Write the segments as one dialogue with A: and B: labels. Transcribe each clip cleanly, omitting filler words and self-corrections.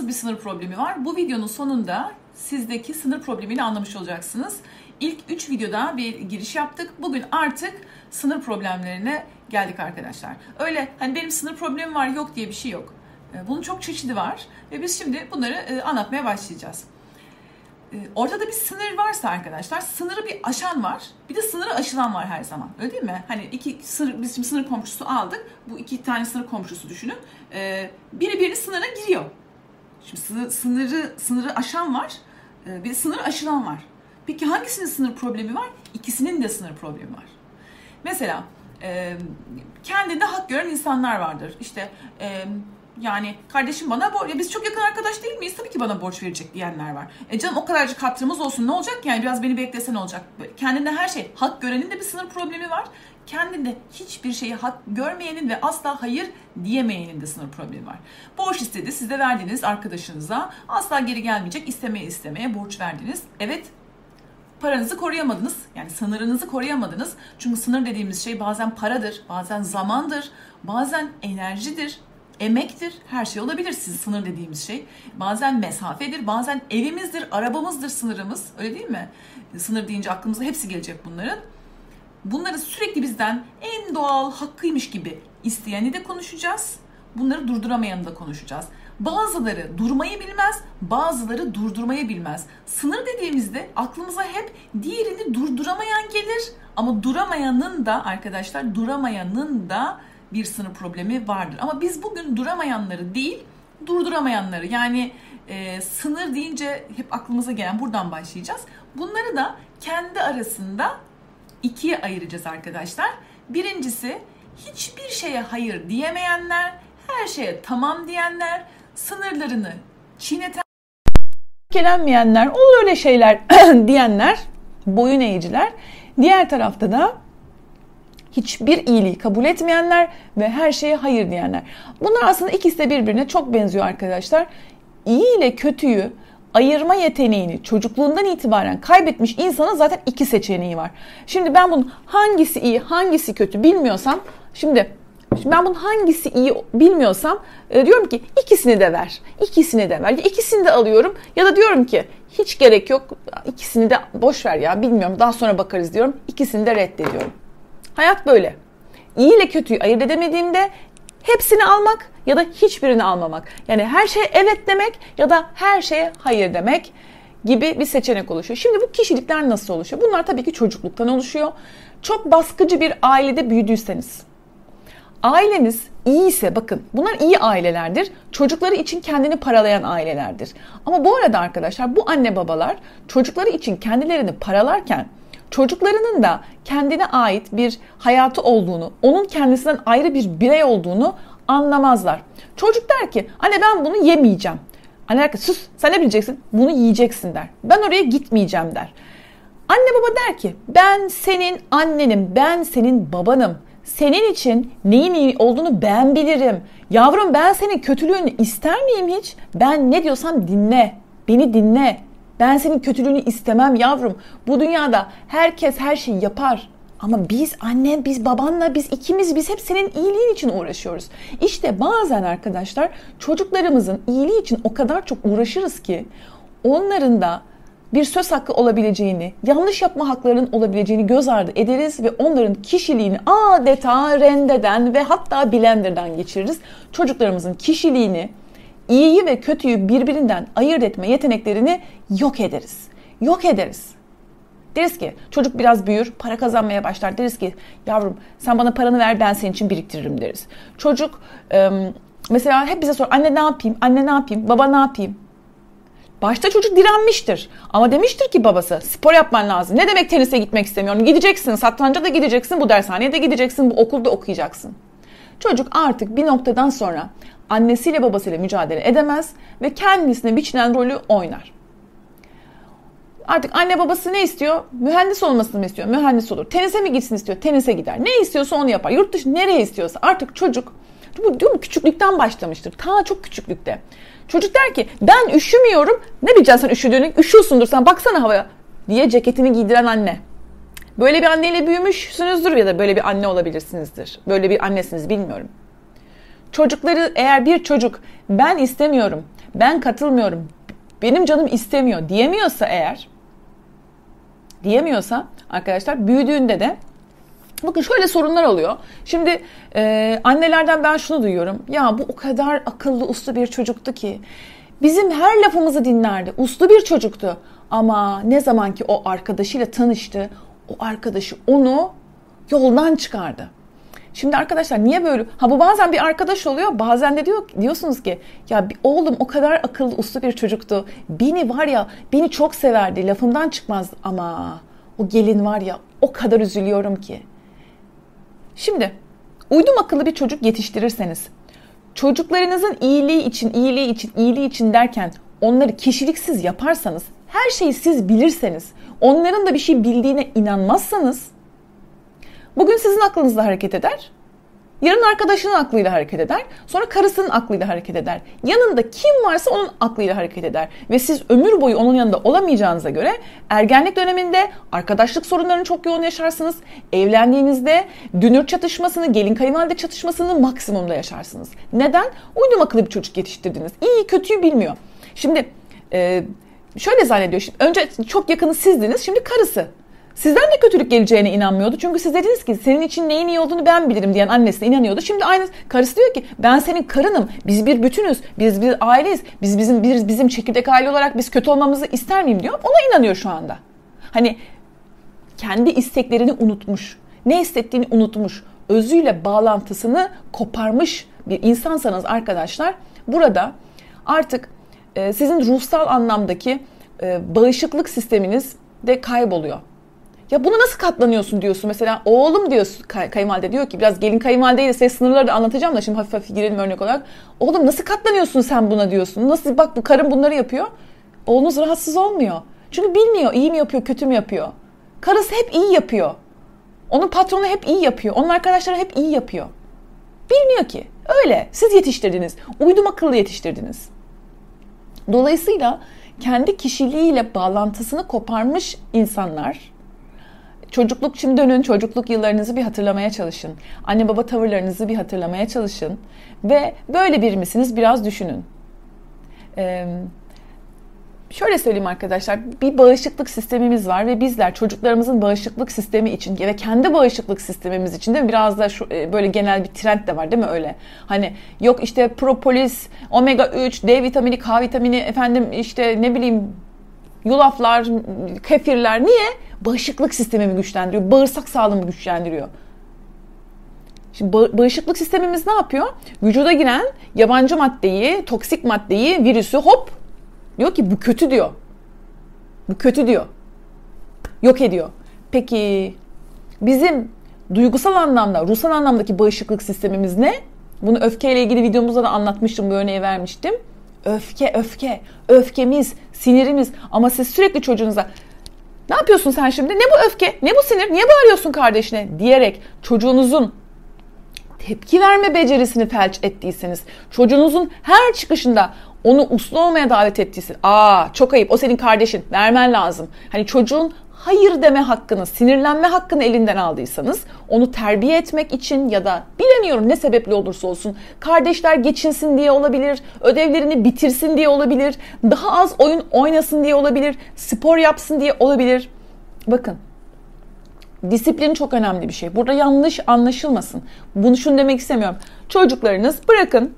A: bir sınır problemi var. Bu videonun sonunda sizdeki sınır problemini anlamış olacaksınız. İlk 3 videoda bir giriş yaptık. Bugün artık sınır problemlerine geldik arkadaşlar. Öyle hani benim sınır problemim var yok diye bir şey yok. Bunun çok çeşidi var ve biz şimdi bunları anlatmaya başlayacağız. Ortada bir sınır varsa arkadaşlar, sınırı bir aşan var, bir de sınırı aşılan var her zaman. Öyle değil mi? Hani biz şimdi sınır komşusu aldık. Bu 2 tane sınır komşusu düşünün. Biri birinin sınırına giriyor. Şimdi sınırı aşan var, bir sınır aşılan var. Peki hangisinin sınır problemi var? İkisinin de sınır problemi var. Mesela kendinde hak gören insanlar vardır. İşte yani kardeşim bana borç, biz çok yakın arkadaş değil miyiz? Tabii ki bana borç verecek diyenler var. Canım o kadarcık hatırımız olsun, ne olacak yani, biraz beni beklesen olacak. Kendinde her şey, hak görenin de bir sınır problemi var. Kendinde hiçbir şeyi hak görmeyenin ve asla hayır diyemeyenin de sınır problemi var. Borç istedi, siz de verdiniz arkadaşınıza, asla geri gelmeyecek, istemeye borç verdiniz. Evet, paranızı koruyamadınız, yani sınırınızı koruyamadınız. Çünkü sınır dediğimiz şey bazen paradır, bazen zamandır, bazen enerjidir, emektir, her şey olabilir sizin sınır dediğimiz şey. Bazen mesafedir, bazen evimizdir, arabamızdır sınırımız, öyle değil mi? Sınır deyince aklımıza hepsi gelecek bunların. Bunları sürekli bizden en doğal hakkıymış gibi isteyeni de konuşacağız. Bunları durduramayanı da konuşacağız. Bazıları durmayı bilmez, bazıları durdurmayı bilmez. Sınır dediğimizde aklımıza hep diğerini durduramayan gelir. Ama duramayanın da arkadaşlar, duramayanın da bir sınır problemi vardır. Ama biz bugün duramayanları değil, durduramayanları, yani sınır deyince hep aklımıza gelen, buradan başlayacağız. Bunları da kendi arasında 2'ye ayıracağız arkadaşlar. Birincisi, hiçbir şeye hayır diyemeyenler, her şeye tamam diyenler, sınırlarını çiğneten, gelenmeyenler, olur öyle şeyler diyenler, boyun eğiciler. Diğer tarafta da hiçbir iyiliği kabul etmeyenler ve her şeye hayır diyenler. Bunlar aslında ikisi de birbirine çok benziyor arkadaşlar. İyi ile kötüyü ayırma yeteneğini çocukluğundan itibaren kaybetmiş insanın zaten 2 seçeneği var. Şimdi ben bunun hangisi iyi, hangisi kötü bilmiyorsam, şimdi ben bunun hangisi iyi bilmiyorsam diyorum ki ikisini de ver. İkisini de ver. İkisini de alıyorum ya da diyorum ki hiç gerek yok. İkisini de boş ver ya, bilmiyorum, daha sonra bakarız diyorum. İkisini de reddediyorum. Hayat böyle. İyi ile kötüyü ayırt edemediğimde hepsini almak ya da hiçbirini almamak. Yani her şeye evet demek ya da her şeye hayır demek gibi bir seçenek oluşuyor. Şimdi bu kişilikler nasıl oluşuyor? Bunlar tabii ki çocukluktan oluşuyor. Çok baskıcı bir ailede büyüdüyseniz, aileniz iyiyse, bakın bunlar iyi ailelerdir. Çocukları için kendini paralayan ailelerdir. Ama bu arada arkadaşlar, bu anne babalar çocukları için kendilerini paralarken çocuklarının da kendine ait bir hayatı olduğunu, onun kendisinden ayrı bir birey olduğunu anlamazlar. Çocuk der ki, anne ben bunu yemeyeceğim. Anne der ki, sus sen ne bileceksin? Bunu yiyeceksin der. Ben oraya gitmeyeceğim der. Anne baba der ki, ben senin annenim, ben senin babanım. Senin için neyin iyi olduğunu ben bilirim. Yavrum, ben senin kötülüğünü ister miyim hiç? Ben ne diyorsam dinle, beni dinle. Ben senin kötülüğünü istemem yavrum. Bu dünyada herkes her şeyi yapar. Ama biz annen, biz babanla, biz ikimiz, biz hep senin iyiliğin için uğraşıyoruz. İşte bazen arkadaşlar çocuklarımızın iyiliği için o kadar çok uğraşırız ki onların da bir söz hakkı olabileceğini, yanlış yapma haklarının olabileceğini göz ardı ederiz ve onların kişiliğini adeta rendeden ve hatta blenderdan geçiririz. Çocuklarımızın kişiliğini, İyiyi ve kötüyü birbirinden ayırt etme yeteneklerini yok ederiz. Yok ederiz. Deriz ki çocuk biraz büyür, para kazanmaya başlar. Deriz ki yavrum sen bana paranı ver, ben senin için biriktiririm deriz. Çocuk mesela hep bize sorar, anne ne yapayım, anne ne yapayım, baba ne yapayım? Başta çocuk direnmiştir ama demiştir ki babası, spor yapman lazım. Ne demek tenise gitmek istemiyorum? Gideceksin, satranca da gideceksin, bu dershaneye de gideceksin, bu okulda okuyacaksın. Çocuk artık bir noktadan sonra annesiyle babasıyla mücadele edemez ve kendisine biçilen rolü oynar. Artık anne babası ne istiyor? Mühendis olmasını mı istiyor? Mühendis olur. Tenise mi gitsin istiyor? Tenise gider. Ne istiyorsa onu yapar. Yurt dışı nereye istiyorsa. Artık çocuk, bu diyorum, küçüklükten başlamıştır. Ta çok küçüklükte. Çocuk der ki ben üşümüyorum. Ne bileceksin sen üşüdüğünü? Üşüyorsundur sen, baksana havaya diye ceketini giydiren anne. Böyle bir anneyle büyümüşsünüzdür ya da böyle bir anne olabilirsinizdir. Böyle bir annesiniz, bilmiyorum. Çocukları, eğer bir çocuk ben istemiyorum, ben katılmıyorum, benim canım istemiyor diyemiyorsa arkadaşlar, büyüdüğünde de bakın şöyle sorunlar oluyor. Şimdi annelerden ben şunu duyuyorum. Ya bu o kadar akıllı, uslu bir çocuktu ki bizim her lafımızı dinlerdi. Uslu bir çocuktu. Ama ne zaman ki o arkadaşıyla tanıştı, o arkadaşı onu yoldan çıkardı. Şimdi arkadaşlar niye böyle? Bu bazen bir arkadaş oluyor, bazen de diyorsunuz ki ya oğlum o kadar akıllı, uslu bir çocuktu. Beni çok severdi, lafımdan çıkmaz ama o gelin var ya, o kadar üzülüyorum ki. Şimdi uydum akıllı bir çocuk yetiştirirseniz, çocuklarınızın iyiliği için derken onları kişiliksiz yaparsanız, her şeyi siz bilirseniz, onların da bir şey bildiğine inanmazsanız, bugün sizin aklınızla hareket eder, yarın arkadaşının aklıyla hareket eder, sonra karısının aklıyla hareket eder. Yanında kim varsa onun aklıyla hareket eder. Ve siz ömür boyu onun yanında olamayacağınıza göre ergenlik döneminde arkadaşlık sorunlarını çok yoğun yaşarsınız. Evlendiğinizde dünür çatışmasını, gelin kayınvalide çatışmasını maksimumda yaşarsınız. Neden? Uydum akıllı bir çocuk yetiştirdiniz. İyi kötüyü bilmiyor. Şimdi şöyle zannediyor. Şimdi, önce çok yakını sizdiniz, şimdi karısı. Sizden de kötülük geleceğine inanmıyordu. Çünkü siz dediniz ki senin için neyin iyi olduğunu ben bilirim diyen annesine inanıyordu. Şimdi aynı karısı diyor ki ben senin karınım. Biz bir bütünüz. Biz bir aileyiz. Bizim çekirdek aile olarak biz kötü olmamızı ister miyim diyor. Ona inanıyor şu anda. Hani kendi isteklerini unutmuş. Ne hissettiğini unutmuş. Özüyle bağlantısını koparmış bir insansanız arkadaşlar, burada artık sizin ruhsal anlamdaki bağışıklık sisteminiz de kayboluyor. Ya buna nasıl katlanıyorsun diyorsun mesela, oğlum diyorsun, kayınvalide diyor ki, biraz gelin kayınvalideyle size sınırları da anlatacağım da şimdi hafif hafif girelim örnek olarak. Oğlum nasıl katlanıyorsun sen buna diyorsun. Nasıl, bak bu karın bunları yapıyor. Oğlunuz rahatsız olmuyor. Çünkü bilmiyor iyi mi yapıyor kötü mü yapıyor. Karısı hep iyi yapıyor. Onun patronu hep iyi yapıyor. Onun arkadaşları hep iyi yapıyor. Bilmiyor ki. Öyle. Siz yetiştirdiniz. Uydum akıllı yetiştirdiniz. Dolayısıyla kendi kişiliğiyle bağlantısını koparmış insanlar, şimdi dönün, çocukluk yıllarınızı bir hatırlamaya çalışın. Anne baba tavırlarınızı bir hatırlamaya çalışın. Ve böyle bir misiniz biraz düşünün. Şöyle söyleyeyim arkadaşlar, bir bağışıklık sistemimiz var ve bizler çocuklarımızın bağışıklık sistemi için ve kendi bağışıklık sistemimiz için de biraz da böyle genel bir trend de var değil mi öyle? Hani yok işte propolis, omega 3, D vitamini, K vitamini, efendim işte ne bileyim yulaflar, kefirler, niye? Bağışıklık sistemimi güçlendiriyor, bağırsak sağlığımı güçlendiriyor. Şimdi bağışıklık sistemimiz ne yapıyor? Vücuda giren yabancı maddeyi, toksik maddeyi, virüsü hop diyor ki bu kötü diyor. Bu kötü diyor. Yok ediyor. Peki bizim duygusal anlamda, ruhsal anlamdaki bağışıklık sistemimiz ne? Bunu öfkeyle ilgili videomuzda da anlatmıştım, bu örneği vermiştim. Öfke. Öfkemiz, sinirimiz. Ama siz sürekli çocuğunuza ne yapıyorsun sen şimdi? Ne bu öfke? Ne bu sinir? Niye bağırıyorsun kardeşine? Diyerek çocuğunuzun tepki verme becerisini felç ettiyseniz, çocuğunuzun her çıkışında onu uslu olmaya davet ettiysin. Çok ayıp, o senin kardeşin, vermen lazım. Hani çocuğun hayır deme hakkını, sinirlenme hakkını elinden aldıysanız, onu terbiye etmek için ya da bilemiyorum ne sebeple olursa olsun, kardeşler geçinsin diye olabilir, ödevlerini bitirsin diye olabilir, daha az oyun oynasın diye olabilir, spor yapsın diye olabilir. Bakın, disiplin çok önemli bir şey. Burada yanlış anlaşılmasın. Şunu demek istemiyorum. Çocuklarınız bırakın,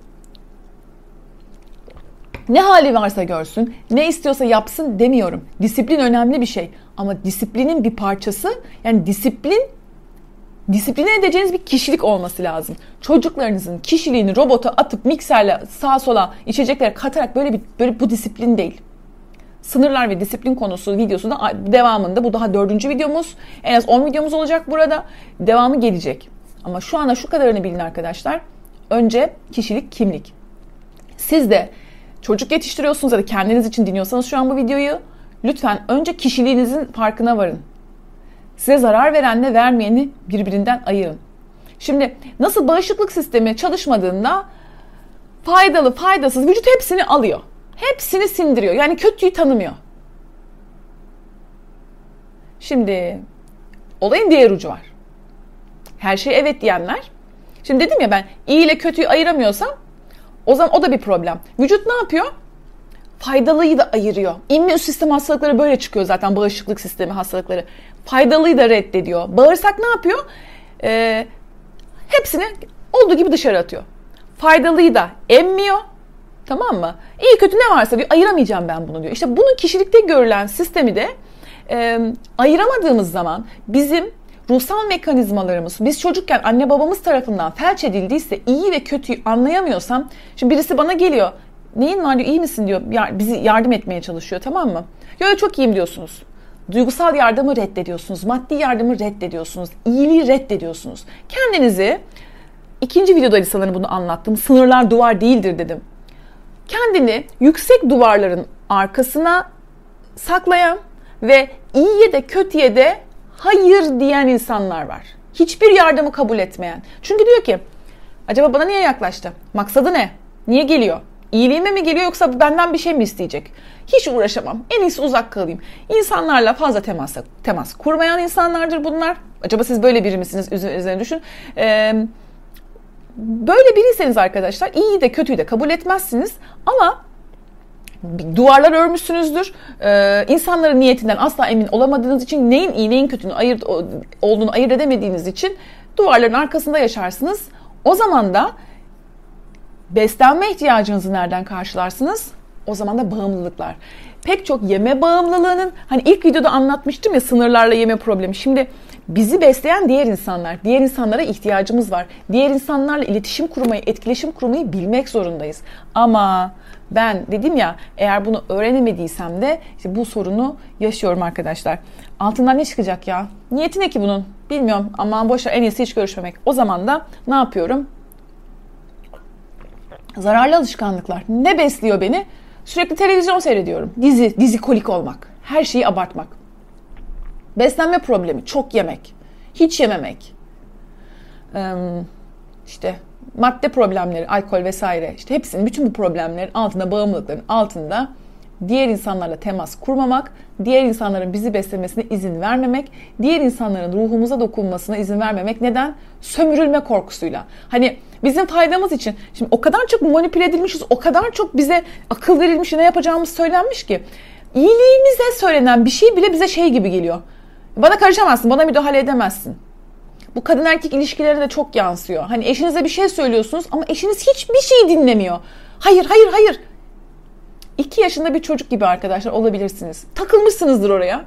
A: ne hali varsa görsün, ne istiyorsa yapsın demiyorum. Disiplin önemli bir şey. Ama disiplinin bir parçası, yani disipline edeceğiniz bir kişilik olması lazım. Çocuklarınızın kişiliğini robota atıp mikserle sağa sola içeceklere katarak böyle bu disiplin değil. Sınırlar ve disiplin konusu videosu da devamında, bu daha 4. videomuz. En az 10 videomuz olacak burada. Devamı gelecek. Ama şu anda şu kadarını bilin arkadaşlar. Önce kişilik, kimlik. Siz de çocuk yetiştiriyorsunuz ya da kendiniz için dinliyorsanız şu an bu videoyu, lütfen önce kişiliğinizin farkına varın. Size zarar verenle vermeyeni birbirinden ayırın. Şimdi nasıl bağışıklık sistemi çalışmadığında faydalı, faydasız vücut hepsini alıyor. Hepsini sindiriyor. Yani kötüyü tanımıyor. Şimdi olayın diğer ucu var. Her şeye evet diyenler. Şimdi dedim ya, ben iyi ile kötüyü ayıramıyorsam o zaman o da bir problem. Vücut ne yapıyor? faydalıyı da ayırıyor. İmmün sistem hastalıkları böyle çıkıyor zaten, bağışıklık sistemi hastalıkları. Faydalıyı da reddediyor. Bağırsak ne yapıyor? Hepsini olduğu gibi dışarı atıyor. Faydalıyı da emmiyor. Tamam mı? İyi kötü ne varsa diyor, ayıramayacağım ben bunu diyor. İşte bunun kişilikte görülen sistemi de ayıramadığımız zaman bizim ruhsal mekanizmalarımız, biz çocukken anne babamız tarafından felç edildiyse, iyi ve kötüyü anlayamıyorsam, şimdi birisi bana geliyor, neyin var diyor, iyi misin diyor, bizi yardım etmeye çalışıyor, tamam mı? Ya çok iyiyim diyorsunuz. Duygusal yardımı reddediyorsunuz, maddi yardımı reddediyorsunuz, iyiliği reddediyorsunuz. Kendinizi, ikinci videoda sanırım bunu anlattım, sınırlar duvar değildir dedim. Kendini yüksek duvarların arkasına saklayan ve iyiye de kötüye de hayır diyen insanlar var. Hiçbir yardımı kabul etmeyen. Çünkü diyor ki, acaba bana niye yaklaştı? Maksadı ne? Niye geliyor? İyiliğime mi geliyor yoksa benden bir şey mi isteyecek? Hiç uğraşamam. En iyisi uzak kalayım. İnsanlarla fazla temas kurmayan insanlardır bunlar. Acaba siz böyle biri misiniz? Üzerine düşün. Böyle biriyseniz arkadaşlar, iyiyi de kötüyü de kabul etmezsiniz ama duvarlar örmüşsünüzdür. İnsanların niyetinden asla emin olamadığınız için, neyin iyi neyin kötünün olduğunu ayırt edemediğiniz için duvarların arkasında yaşarsınız. O zaman da beslenme ihtiyacınızı nereden karşılarsınız? O zaman da bağımlılıklar. Pek çok yeme bağımlılığının, hani ilk videoda anlatmıştım ya, sınırlarla yeme problemi. Şimdi bizi besleyen diğer insanlar, diğer insanlara ihtiyacımız var. Diğer insanlarla iletişim kurmayı, etkileşim kurmayı bilmek zorundayız. Ama ben dedim ya, eğer bunu öğrenemediysem de işte bu sorunu yaşıyorum arkadaşlar. Altından ne çıkacak ya? Niyeti ne ki bunun? Bilmiyorum. Aman boşver, en iyisi hiç görüşmemek. O zaman da ne yapıyorum? Zararlı alışkanlıklar. Ne besliyor beni? Sürekli televizyon seyrediyorum. Dizikolik olmak. Her şeyi abartmak. Beslenme problemi. Çok yemek. Hiç yememek. İşte madde problemleri, alkol vesaire. İşte hepsinin, bütün bu problemlerin altında, bağımlılıkların altında diğer insanlarla temas kurmamak, diğer insanların bizi beslemesine izin vermemek, diğer insanların ruhumuza dokunmasına izin vermemek. Neden? Sömürülme korkusuyla. Hani bizim faydamız için. Şimdi o kadar çok manipüle edilmişiz, o kadar çok bize akıl verilmiş, ne yapacağımız söylenmiş ki. İyiliğimize söylenen bir şey bile bize şey gibi geliyor. Bana karışamazsın, bana müdahale edemezsin. Bu kadın erkek ilişkileri de çok yansıyor. Hani eşinize bir şey söylüyorsunuz ama eşiniz hiçbir şey dinlemiyor. Hayır, hayır, hayır. 2 yaşında bir çocuk gibi arkadaşlar olabilirsiniz. Takılmışsınızdır oraya.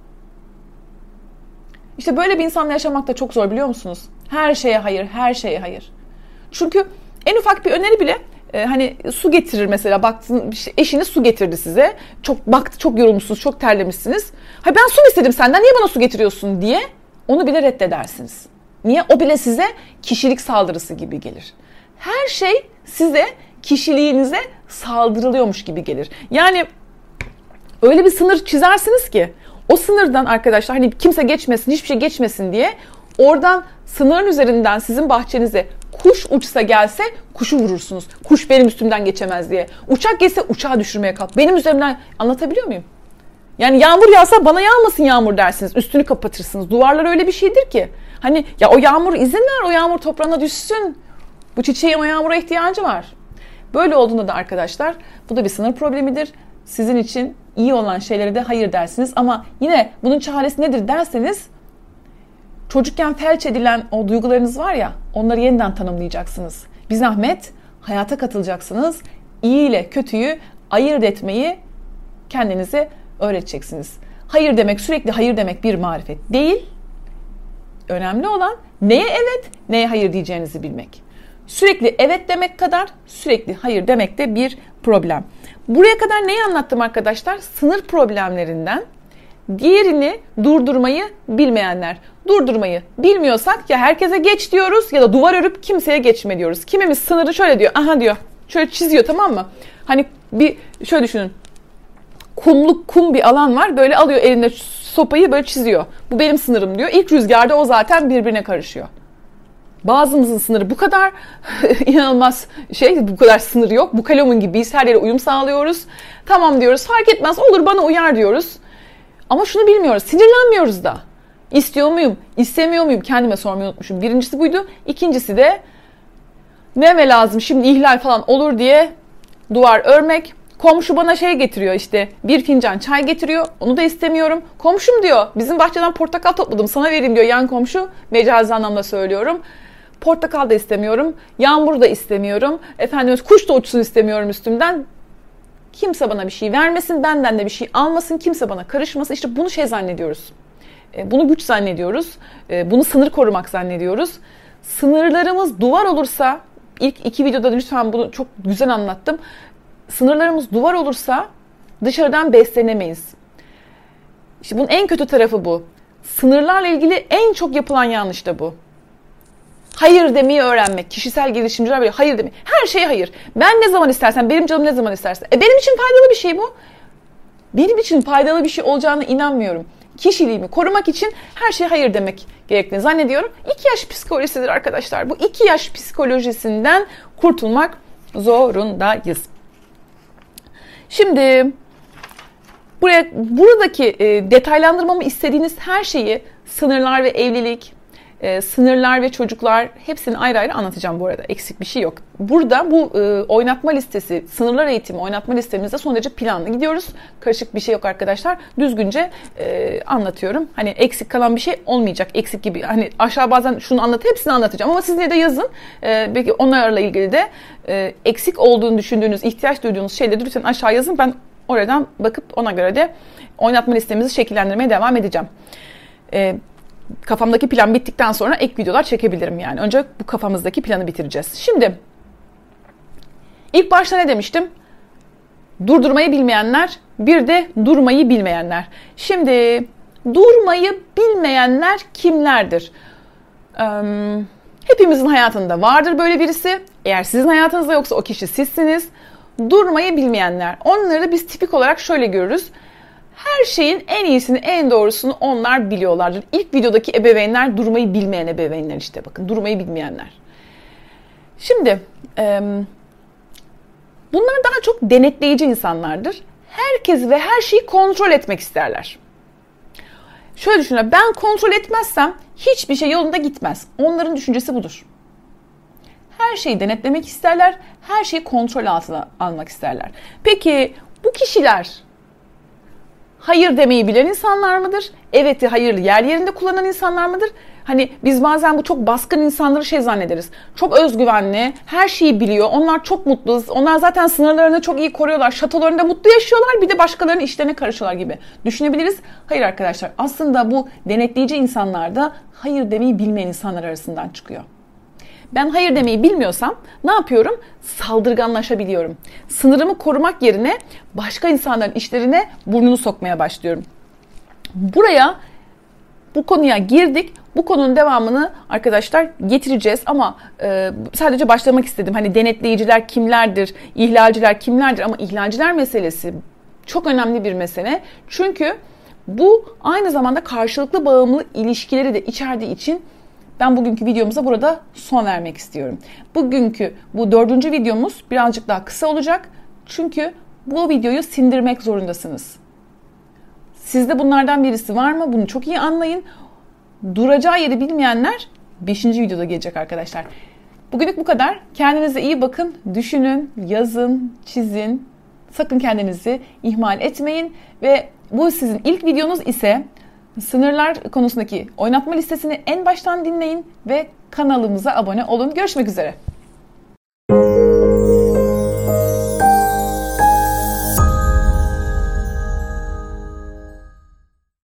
A: İşte böyle bir insanla yaşamak da çok zor, biliyor musunuz? Her şeye hayır, her şeye hayır. Çünkü en ufak bir öneri bile hani su getirir mesela, baktın eşiniz su getirdi size. Çok yorulmuşsunuz, çok terlemişsiniz. Hayır, ben su istedim senden, niye bana su getiriyorsun diye onu bile reddedersiniz. Niye? O bile size kişilik saldırısı gibi gelir. Her şey size, kişiliğinize saldırılıyormuş gibi gelir. Yani öyle bir sınır çizersiniz ki o sınırdan arkadaşlar, hani kimse geçmesin, hiçbir şey geçmesin diye, oradan sınırın üzerinden sizin bahçenize kuş uçsa gelse kuşu vurursunuz. Kuş benim üstümden geçemez diye. Uçak geçse uçağı düşürmeye kalk. Benim üzerimden, anlatabiliyor muyum? Yani yağmur yağsa bana yağmasın yağmur dersiniz. Üstünü kapatırsınız. Duvarlar öyle bir şeydir ki. Hani ya o yağmur, izin ver o yağmur toprağına düşsün. Bu çiçeğin o yağmura ihtiyacı var. Böyle olduğunda da arkadaşlar bu da bir sınır problemidir. Sizin için iyi olan şeylere de hayır dersiniz. Ama yine bunun çaresi nedir derseniz, çocukken felç edilen o duygularınız var ya, onları yeniden tanımlayacaksınız. Bir zahmet hayata katılacaksınız. İyi ile kötüyü ayırt etmeyi kendinize öğreteceksiniz. Hayır demek, sürekli hayır demek bir marifet değil. Önemli olan neye evet, neye hayır diyeceğinizi bilmek. Sürekli evet demek kadar sürekli hayır demek de bir problem. Buraya kadar neyi anlattım arkadaşlar? Sınır problemlerinden diğerini durdurmayı bilmeyenler. Durdurmayı bilmiyorsak ya herkese geç diyoruz ya da duvar örüp kimseye geçme diyoruz. Kimimiz sınırı şöyle diyor, aha diyor, şöyle çiziyor, tamam mı? Hani bir şöyle düşünün. Kum bir alan var, böyle alıyor elinde sopayı, böyle çiziyor. Bu benim sınırım diyor. İlk rüzgarda o zaten birbirine karışıyor. Bazımızın sınırı bu kadar inanılmaz bu kadar sınır yok. Bu kalemun gibiyiz, her yere uyum sağlıyoruz. Tamam diyoruz, fark etmez, olur bana uyar diyoruz. Ama şunu bilmiyoruz, sinirlenmiyoruz da. İstiyor muyum, istemiyor muyum, kendime sormayı unutmuşum. Birincisi buydu. İkincisi de neme lazım şimdi ihlal falan olur diye duvar örmek,
B: Komşu bana şey getiriyor, işte bir fincan çay getiriyor. Onu da istemiyorum. Komşum diyor, bizim bahçeden portakal topladım, sana vereyim diyor yan komşu. Mecazi anlamda söylüyorum. Portakal da istemiyorum. Yağmur da istemiyorum. Efendim kuş da uçsun istemiyorum üstümden. Kimse bana bir şey vermesin, benden de bir şey almasın, kimse bana karışmasın. İşte bunu şey zannediyoruz. Bunu güç zannediyoruz. Bunu sınır korumak zannediyoruz. Sınırlarımız duvar olursa, ilk 2 videoda lütfen bunu çok güzel anlattım. Sınırlarımız duvar olursa dışarıdan beslenemeyiz. İşte bunun en kötü tarafı bu. Sınırlarla ilgili en çok yapılan yanlış da bu. Hayır demeyi öğrenmek. Kişisel gelişimciler böyle hayır demeyi. Her şeye hayır. Ben ne zaman istersen, benim canım ne zaman isterse. Benim için faydalı bir şey bu. Benim için faydalı bir şey olacağına inanmıyorum. Kişiliğimi korumak için her şeye hayır demek gerektiğini zannediyorum. 2 yaş psikolojisidir arkadaşlar. Bu 2 yaş psikolojisinden kurtulmak zorundayız. Şimdi buradaki detaylandırmamı istediğiniz her şeyi, sınırlar ve evlilik, sınırlar ve çocuklar, hepsini ayrı ayrı anlatacağım bu arada. Eksik bir şey yok. Burada bu oynatma listesi, sınırlar eğitimi oynatma listemizde son derece planlı gidiyoruz. Karışık bir şey yok arkadaşlar. Düzgünce anlatıyorum. Hani eksik kalan bir şey olmayacak. Eksik gibi. Hani aşağı bazen şunu hepsini anlatacağım. Ama siz yine de yazın. Belki onlarla ilgili de eksik olduğunu düşündüğünüz, ihtiyaç duyduğunuz şeyleri lütfen aşağı yazın. Ben oradan bakıp ona göre de oynatma listemizi şekillendirmeye devam edeceğim. Kafamdaki plan bittikten sonra ek videolar çekebilirim yani. Önce bu kafamızdaki planı bitireceğiz. Şimdi ilk başta ne demiştim? Durdurmayı bilmeyenler, bir de durmayı bilmeyenler. Şimdi durmayı bilmeyenler kimlerdir? Hepimizin hayatında vardır böyle birisi. Eğer sizin hayatınızda yoksa o kişi sizsiniz. Durmayı bilmeyenler. Onları biz tipik olarak şöyle görürüz. Her şeyin en iyisini, en doğrusunu onlar biliyorlardır. İlk videodaki ebeveynler durmayı bilmeyen ebeveynler işte bakın. Durmayı bilmeyenler. Şimdi bunlar daha çok denetleyici insanlardır. Herkes ve her şeyi kontrol etmek isterler. Şöyle düşünün, ben kontrol etmezsem hiçbir şey yolunda gitmez. Onların düşüncesi budur. Her şeyi denetlemek isterler, her şeyi kontrol altına almak isterler. Peki bu kişiler hayır demeyi bilen insanlar mıdır? Evet'i hayır yer yerinde kullanan insanlar mıdır? Hani biz bazen bu çok baskın insanları şey zannederiz. Çok özgüvenli, her şeyi biliyor. Onlar çok mutlu. Onlar zaten sınırlarını çok iyi koruyorlar. Şatolarında mutlu yaşıyorlar. Bir de başkalarının işlerine karışıyorlar gibi düşünebiliriz. Hayır arkadaşlar. Aslında bu denetleyici insanlar da hayır demeyi bilmeyen insanlar arasından çıkıyor. Ben hayır demeyi bilmiyorsam ne yapıyorum? Saldırganlaşabiliyorum. Sınırımı korumak yerine başka insanların işlerine burnunu sokmaya başlıyorum. Bu konuya girdik. Bu konunun devamını arkadaşlar getireceğiz ama sadece başlamak istedim. Hani denetleyiciler kimlerdir, ihlalciler kimlerdir ama ihlalciler meselesi çok önemli bir mesele. Çünkü bu aynı zamanda karşılıklı bağımlı ilişkileri de içerdiği için ben bugünkü videomuza burada son vermek istiyorum. Bugünkü bu 4. videomuz birazcık daha kısa olacak. Çünkü bu videoyu sindirmek zorundasınız. Sizde bunlardan birisi var mı? Bunu çok iyi anlayın. Duracağı yeri bilmeyenler 5. videoda gelecek arkadaşlar. Bugünlük bu kadar. Kendinize iyi bakın. Düşünün, yazın, çizin. Sakın kendinizi ihmal etmeyin. Ve bu sizin ilk videonuz ise sınırlar konusundaki oynatma listesini en baştan dinleyin ve kanalımıza abone olun. Görüşmek üzere.